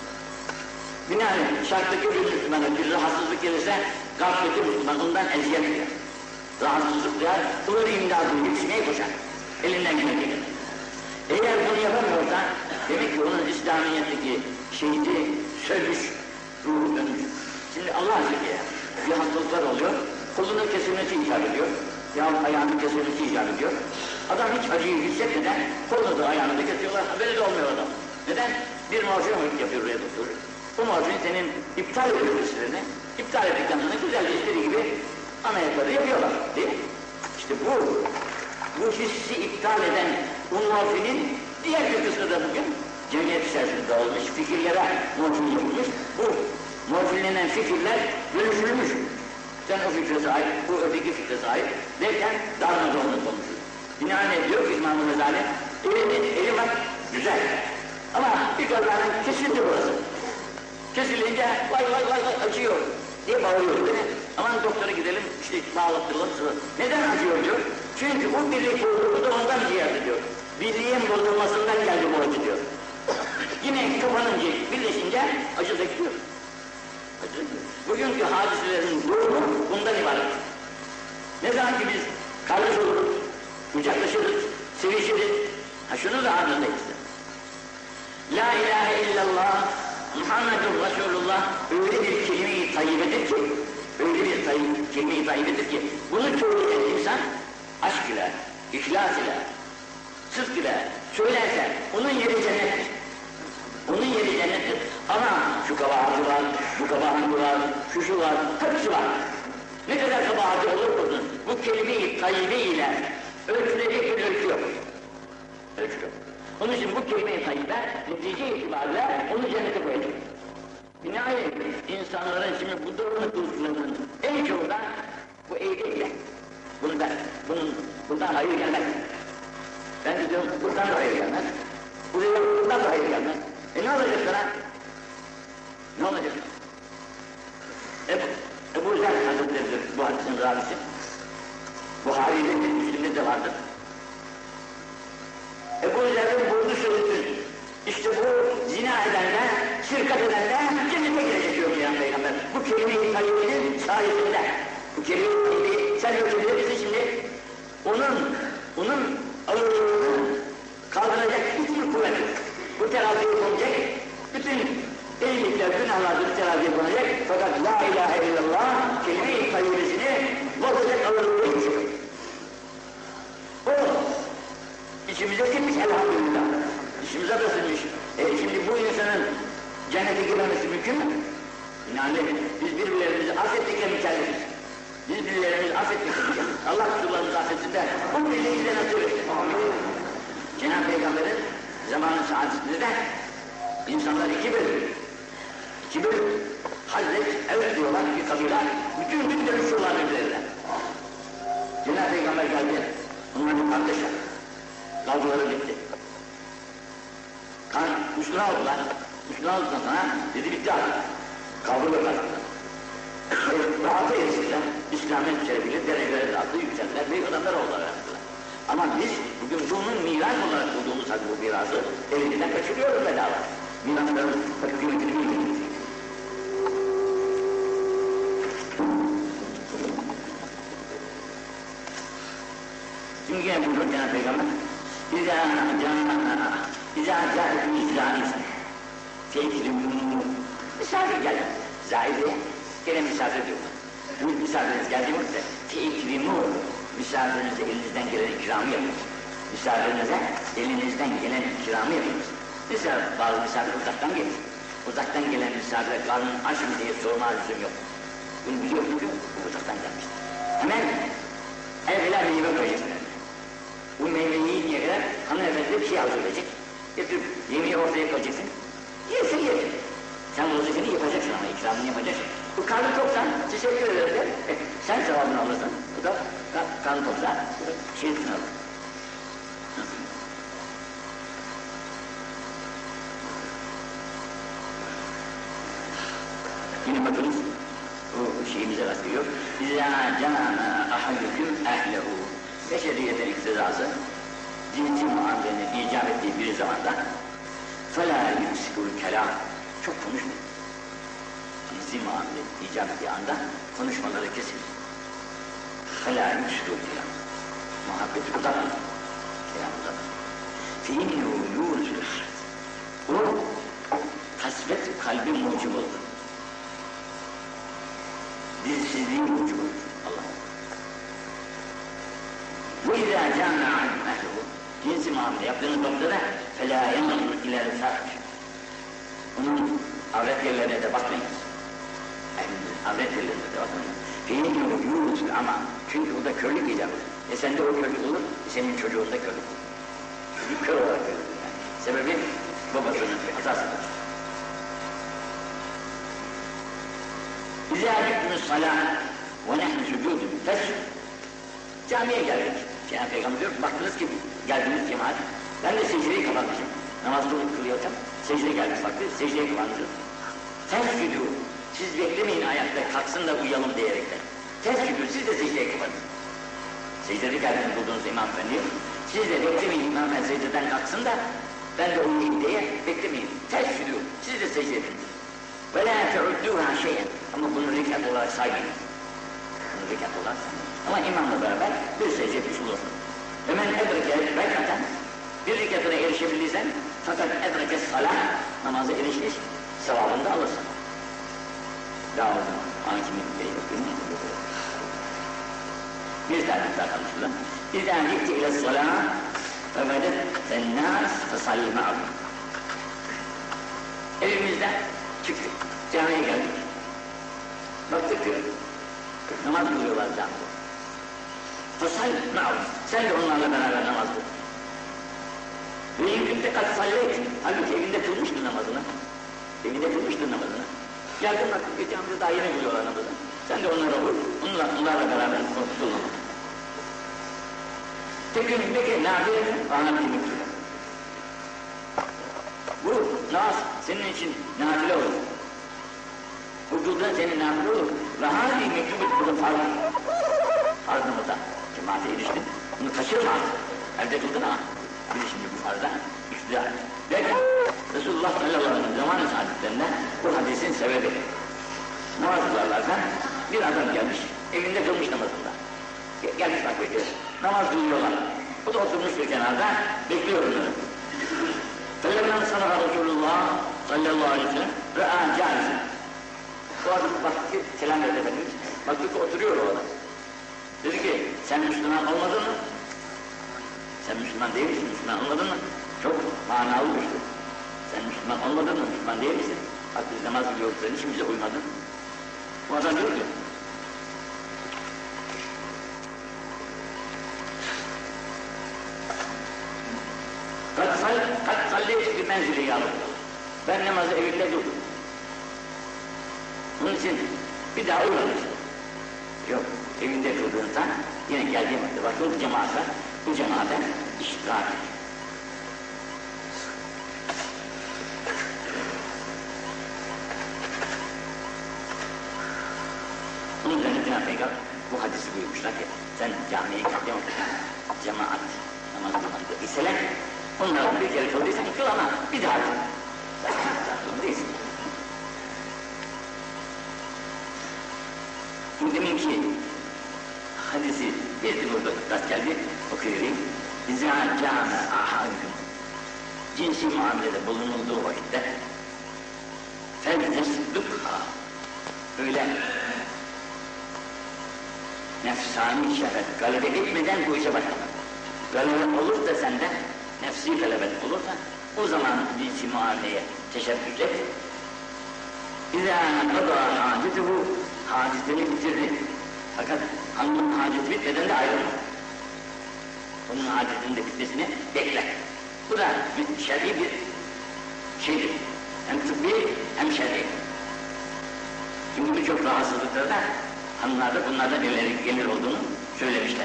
Speaker 1: Binaen şarttaki bir Müslümana bir rahatsızlık gelirse kalptaki Müslüman ondan eziyet eder. Rahatsızlık duyar, kıları imdadını yetişmeye koşar. Elinden geldiği kadar. Eğer bunu yapamıyorsa demek ki onun İslamiyet'teki şeydi, sözmüş, ruhu dönmüş. Şimdi Allah aşkına bir hastalıklar oluyor, kolunun kesilmesi icap ediyor, yahut ayağının kesilmesi icap ediyor. Adam hiç acıyı hissetmeden kolunu da ayağını da kesiyorlar, haberi de olmuyor adam. Neden? Bir morfin yapıyor oraya doktor. Bu morfin senin iptal ediyor hislerini, iptal ettikten sonra güzelce istediği gibi ameliyatları yapıyorlar, değil mi? İşte bu, bu hissi iptal eden bu morfinin diğer bir kısmı da bugün cemiyet içerisinde olmuş, fikirlere morfin yapılmış. Bu morfinlenen fikirler dönüşülmüş. Sen o fikre sahip, bu öteki fikre sahip derken darmadağınık olmuşuz. Binaenaleyh diyor ki İmam-ı Gazali, elini, eli bak güzel ama bir kadının kesildi burası. Kesilince vay vay vay vay acıyor diye bağırıyor değil mi? Aman doktora gidelim, işte bağlattıralım sıvı. Neden acıyor diyor? Çünkü o birlik bozuldu da ondan ciğerdi diyor. Birliğin bozulmasından geldi bu acı diyor. Yine kapanınca, birleşince acı bekliyor. Acı bekliyor. Bugünkü hadiselerin durumu bundan ibaret. Ne zaman ki biz kardeş oluruz, kucaklaşırız, sevişiriz, ha şunu da ardındayız. La ilahe illallah, Muhammedur Resulullah öyle bir kelime-i tayyibedir ki, öyle bir kelime-i tayyibedir ki, bunu söyleyen insan aşk ile, ihlas ile, sıdk ile söylerse onun yeri cennettir. Onun yeri cennettir. Ama şu kabahatı var, bu kabahatı var, şu şu var, hepsi var. Ne kadar kabahatı olur olsun, bu kelime-i tayyibe ile ölçülecek bir ölçü yok. Ölçü yok. Onun için bu kelime-i tayyibe netice itibariyle onu cennete koyacak. Binaenaleyh insanların şimdi bu durumu duygularının en çoğu da bu eğitimle. Bundan, bunun, bundan hayır gelmez. Ben de diyorum buradan da hayır gelmez. Buraya buradan da hayır gelmez. E ne olacak sana? Ne olacak? Ebu, Ebu Zer Hazretleri'dir bu hadisin ravisi. Buhari'de de Müslim'de de vardır. Ebu Zer'in buyurduğu sözüdür. İşte bu zina edenler, şirkat edenler cennete girecek diyor Peygamber Peygamber. Bu kelime-i tayyibenin sayesinde. Bu kelime-i tayyibeyi sen ölçülebilirsin şimdi. Onun, onun ağırlığını kaldıracak hiçbir kuvvet. Bu teraziye konacak, bütün iyilikler, günahlar bir teraziye konacak. Fakat la ilahe illallah kelime-i tayyibesini bozacak ağırlığı yumuşak. O İçimize girmiş elhamdülillah. İçimize de sığmış. E şimdi bu insanın cennete girmemesi mümkün mü? İnanın biz birbirlerimizi affettik ya mükelleriz. Biz birbirlerimizi affettik ya. Allah kusurlarımızı affetsin de bu birliği bize nasip etsin. Cenab-ı Peygamber'in zamanı saadetinde de insanlar iki bölüm. İki bölüm. Hazret, evet diyorlar bir kabile, bütün gün dönüşüyorlar birbirlerine. Cenab-ı Peygamber geldi. Onların kardeşler. Kavgaları bitti. Kan, Müslüman oldular. Müslüman olduktan sonra dedi bitti artık. Kavga yok artık. Rahatı eriştiler. İslamiyet şerefiyle dereceleri rahatı yükseldiler. Büyük adamlar oldular artık. Ama biz bugün bunun miras olarak bulduğumuz halde bu mirası elinden kaçırıyoruz bedava. Mirasların tabii kıymetini bilmiyoruz. Şimdi yine buyuruyor Cenab-ı Peygamber. İzâ câ İzâ câ İzâ Tekrimû Misafir geldi. Zahide gene misafir diyor. Bu misafiriniz geldi mi? Tekrimû Misafirinize elinizden gelen ikramı yapın. Misafirinize elinizden gelen ikramı yapın. Misafir, bazı misafir uzaktan gelir. Uzaktan gelen misafire karnın aç mı diye sorma lüzum yok. Bunu biliyor çünkü bu uzaktan gelmiştir. Hemen evvela meyve koyacaksın önüne. Bu meyveyi yiyinceye kadar hanımefendi bir şey hazırlayacak. Getirip yemeği ortaya koyacaksın. Yersin yersin. Sen vazifeni yapacaksın ama ikramını yapacaksın. Bu karnı toksa teşekkür ederim der. E, sen sevabını alırsın. Bu da ka karnı toksa şeysini alır. Yine bakınız, o şeyimize rastlıyor. İzâ câna ahadüküm ehlehu. Beşeriyetin iktidası, cinsi muamelenin icap ettiği bir zamanda فَلَا يُمْسِكُ الْكَلَامِ. Çok konuşma. Cinsi muamele icap ettiği anda konuşmaları kesin. فَلَا يُمْسِكُ الْكَلَامِ. Muhabbeti uzatma. Kelam uzatma. فَاِنَّهُ يُورُسُ الْحَرْدِ. O, hasret kalbin mucib olur. Dilsizliğin mucib olur. Allah. وَاِذَا جَامَعَ الْمَهْلُ. Cinsi muamele yaptığınız noktada فَلَا يَنْظُرُ اِلَى الْفَرْجِ. Onun avret yerlerine de bakmayın. Yani avret yerlerine de bakmayın. فَاِنَّهُ يُورُسُ ama çünkü o da körlük icap olur. E sende o körlük olur, senin çocuğunda körlük olur. Çocuk kör olarak körlük olur yani. Sebebi babasının hatasıdır. اِذَا جُبْنُ الصَّلَاةِ وَنَحْنُ سُجُودٌ فَسْجُدٌ. Camiye geldik. Cenab-ı Peygamber diyor, baktınız ki geldiğiniz cemaat, ben de secdeyi kapatmışım. Namaz kılıyorsam, secdeye gelmiş vakti, secdeye kapatmışım. Tescüdü, siz beklemeyin ayakta, kalksın da uyuyalım diyerekten. Tescüdü, siz de secdeye kapatın. Secdede geldiğini bulduğunuz İmam Efendi, siz de beklemeyin İmam Efendi secdeden kalksın da, ben de uyuyayım diye beklemeyin. Tescüdü, siz de secde edin. وَلَا تَعُدُّوهَا شَيْئًا. Ama bunu rekat olarak saymayın. Bunu rekat olarak saymayın. Ama imamla beraber bir secde etmiş olursun. Hemen edreke rekaten, bir rekatına erişebilirsen, fakat edreke salah, namaza erişmiş, sevabını da alırsın. Davud'un, hakimin beyi bakayım. Bir tane daha kalmış burada. İzâ gitti ile salâh, ve vedet fennâs fesalli ma'abim. Evimizden çıktık, camiye geldik. Baktık ki, namaz kılıyorlar camide. Fesalli ma'abim, sen de onlarla beraber namaz kıl. Ve yıkıntı kat sallet, halbuki evinde kılmıştı namazını. Evinde kılmıştı namazını. Geldin baktık ki camide daha yeni kılıyorlar namazını. Sen de onlara vur, onlarla, onlarla beraber kılın. Tek günündeki nafile mi? Bana bir mektubu. Bu namaz senin için nafile olur. Vücudun senin nafile olur. Ve hâli mektubu burada farz. Farzımıza cemaate eriştin. Bunu kaçırma artık. Evde kıldın ama. Bir şimdi bu farzda iktidar. Lakin Resulullah sallallahu aleyhi ve sellem zaman-ı saadetlerinde bu hadisin sebebi. Namaz kılarlarken bir adam gelmiş, evinde kılmış namazında. Gelmiş bak bekliyor. Namaz kılıyorlar. O da oturmuş bir kenarda, bekliyor onları. Fellemden sana Resulullah sallallahu aleyhi ve sellem re'a câlisi. O adam baktı ki, selam verdi Efendimiz. Baktı ki oturuyor o adam. Dedi ki, sen Müslüman olmadın mı? Sen Müslüman değil misin? Müslüman olmadın mı? Çok manalı bir şey. Sen Müslüman olmadın mı? Müslüman değil misin? Bak biz namaz kılıyoruz, sen hiç bize uymadın. Bu adam diyor ki, kat salleyt bir menzili yavrum. Ben namazı evimde durdum. Bunun için bir daha uymadım. Yok, evinde kıldığında yine geldiğim vakti bakın cemaate, bu cemaate iştirak et. Bunun üzerine Cenab-ı Peygamber bu hadisi buyurmuşlar ki sen camiye gittiğin vakit cemaat namaz kılmakta iseler onları bir kere kıldıysan kıl ama bir daha kıl. Sen değilsin. Şimdi deminki hadisi bir de burada rast geldi okuyayım. İzâ câme ahâgüm cinsi muamelede bulunulduğu vakitte فَلْتَسْدُقْهَا öyle nefsani şehvet galebe etmeden bu işe başlamak. Galebe olursa sende, nefsi galebet olursa o zaman cinsi muameleye teşebbüs et İzâ kadâ hâcetehu, hacetini bitirdi. Fakat hanımın haceti bitmeden de ayrılmaz. Onun hacetinin de bitmesini bekler. Bu da bir şer'i bir şeydir. Hem tıbbi hem şer'i. Çünkü birçok rahatsızlıklarda hanımlarda bunlardan ileri gelir olduğunu söylemişler.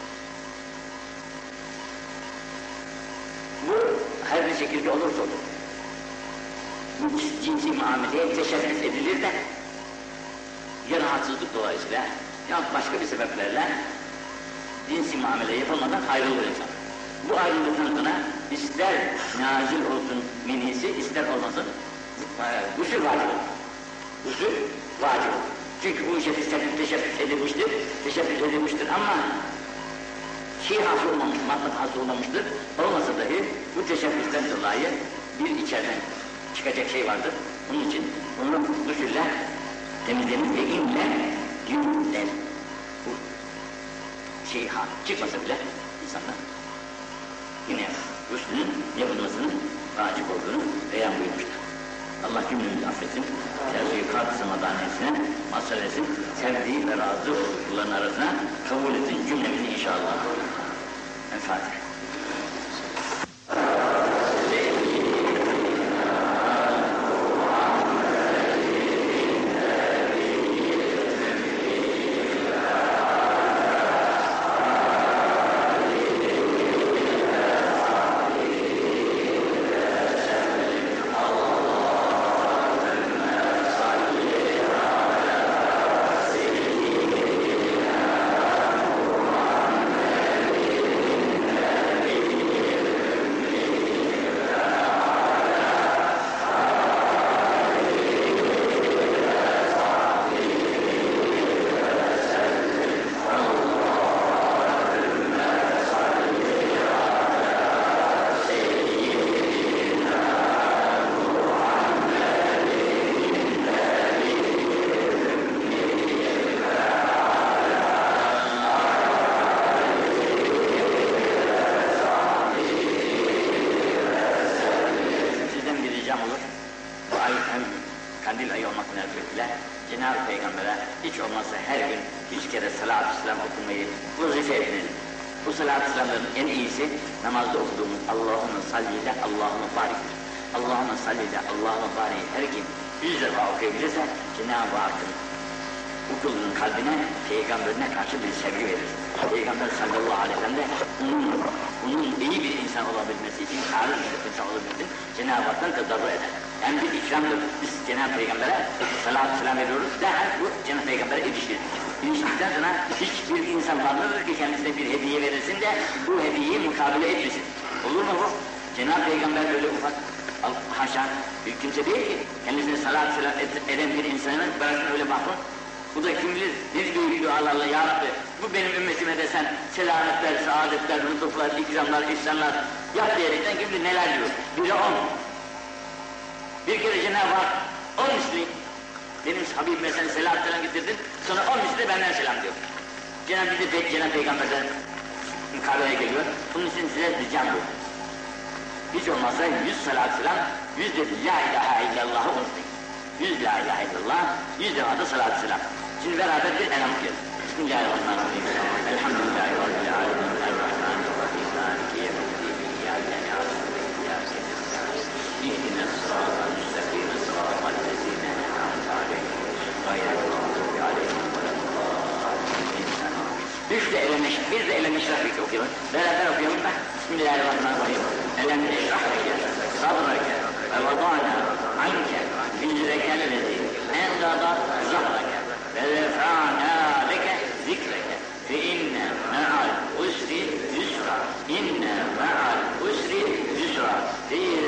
Speaker 1: Bu her bir şekilde olursa olur. Bu cinsi muameleye teşebbüs edilir de ya rahatsızlık dolayısıyla ya başka bir sebeplerle cinsi muamele yapılmadan ayrılır insan. Bu ayrıldıktan sonra ister nazil olsun menisi, ister olmasın gusül vacip olur. Gusül vacip olur. Çünkü bu işe teşebbüs edilmiştir, teşebbüs edilmiştir ama şey hasıl olmamış, maddem hasıl olmamıştır. Olmasa dahi bu teşebbüsten dolayı bir içeriden çıkacak şey vardır. Onun için onu gusülle temizlenir ve inle günler. Bu şey ha, çıkmasa bile insanlar yine gusülün yapılmasının vacip olduğunu beyan buyurmuşlar. Allah cümlemizi affetsin, tevfik-i samadaniyesine mazhar etsin, sevdiği ve razı olduklarının arasına kabul etsin cümlemizi inşallah. El Fatiha. Kandil ayı olmak münasebetiyle Cenab-ı Peygamber'e hiç olmazsa her gün yüz kere salat-ı selam okumayı vazife edinelim. Bu salat-ı selamların en iyisi namazda okuduğumuz Allahümme salliyle Allahümme bariktir. Allahümme salliyle Allahümme barik her kim yüz defa okuyabilirse Cenab-ı Hakk'ın bu kulunun kalbine, peygamberine karşı bir sevgi verir. Peygamber sallallahu aleyhi ve sellem de onun, onun iyi bir insan olabilmesi için, salih bir insan olabilmesi için Cenab-ı Hak'tan tedarru eder. Hem bir ikramdır. Biz Cenab-ı Peygamber'e salat-ı selam veriyoruz. Derhal bu Cenab-ı Peygamber'e ilişir. İliştikten sonra hiçbir insan vardır ki kendisine bir hediye verirsin de bu hediyeyi mukabele etmesin. Olur mu bu? Cenab-ı Peygamber böyle ufak, haşa bir kimse değil ki. Kendisine salat-ı selam eden bir insanın bırakın öyle mahrum. Bu da kim bilir, ne büyük dualarla ya Rabbi, bu benim ümmetime desen selametler, saadetler, lütuflar, ikramlar, ihsanlar yap diyerekten kim bilir neler diyor. Biri on. Bir kere Cenab-ı Hak on misli, benim Habibime sen selam selam getirdin, sonra on misli de benden selam diyor. Cenab-ı bize pek Cenab-ı Peygamber'den mukabele geliyor, bunun için size ricam bu. Hiç olmazsa yüz salat selam, yüz de la ilahe illallah'ı unutmayın. Yüz la ilahe illallah, yüz defa da salat selam. Şimdi beraber bir elham diyelim. Bismillahirrahmanirrahim. Elhamdülillahi Rabbil alemin. Errahmanirrahim. Maliki yevmiddin. İyyâke na'budu ve iyyâke nestaîn. İhdines sıratal müstakîm. Sıratal lezîne en'amte aleyhim. Gayril mağdûbi aleyhim ve'd-dâllîn. Üç de elemiş, bir de elemiş rahlik okuyalım. Beraber okuyalım da. Bismillahirrahmanirrahim. Elem neşrah leke sadrake ve vadâna anke vizrekellezi endada zahrake ve refa'na leke zikreke fe inne me'al usri yusra inne me'al usri yusra fe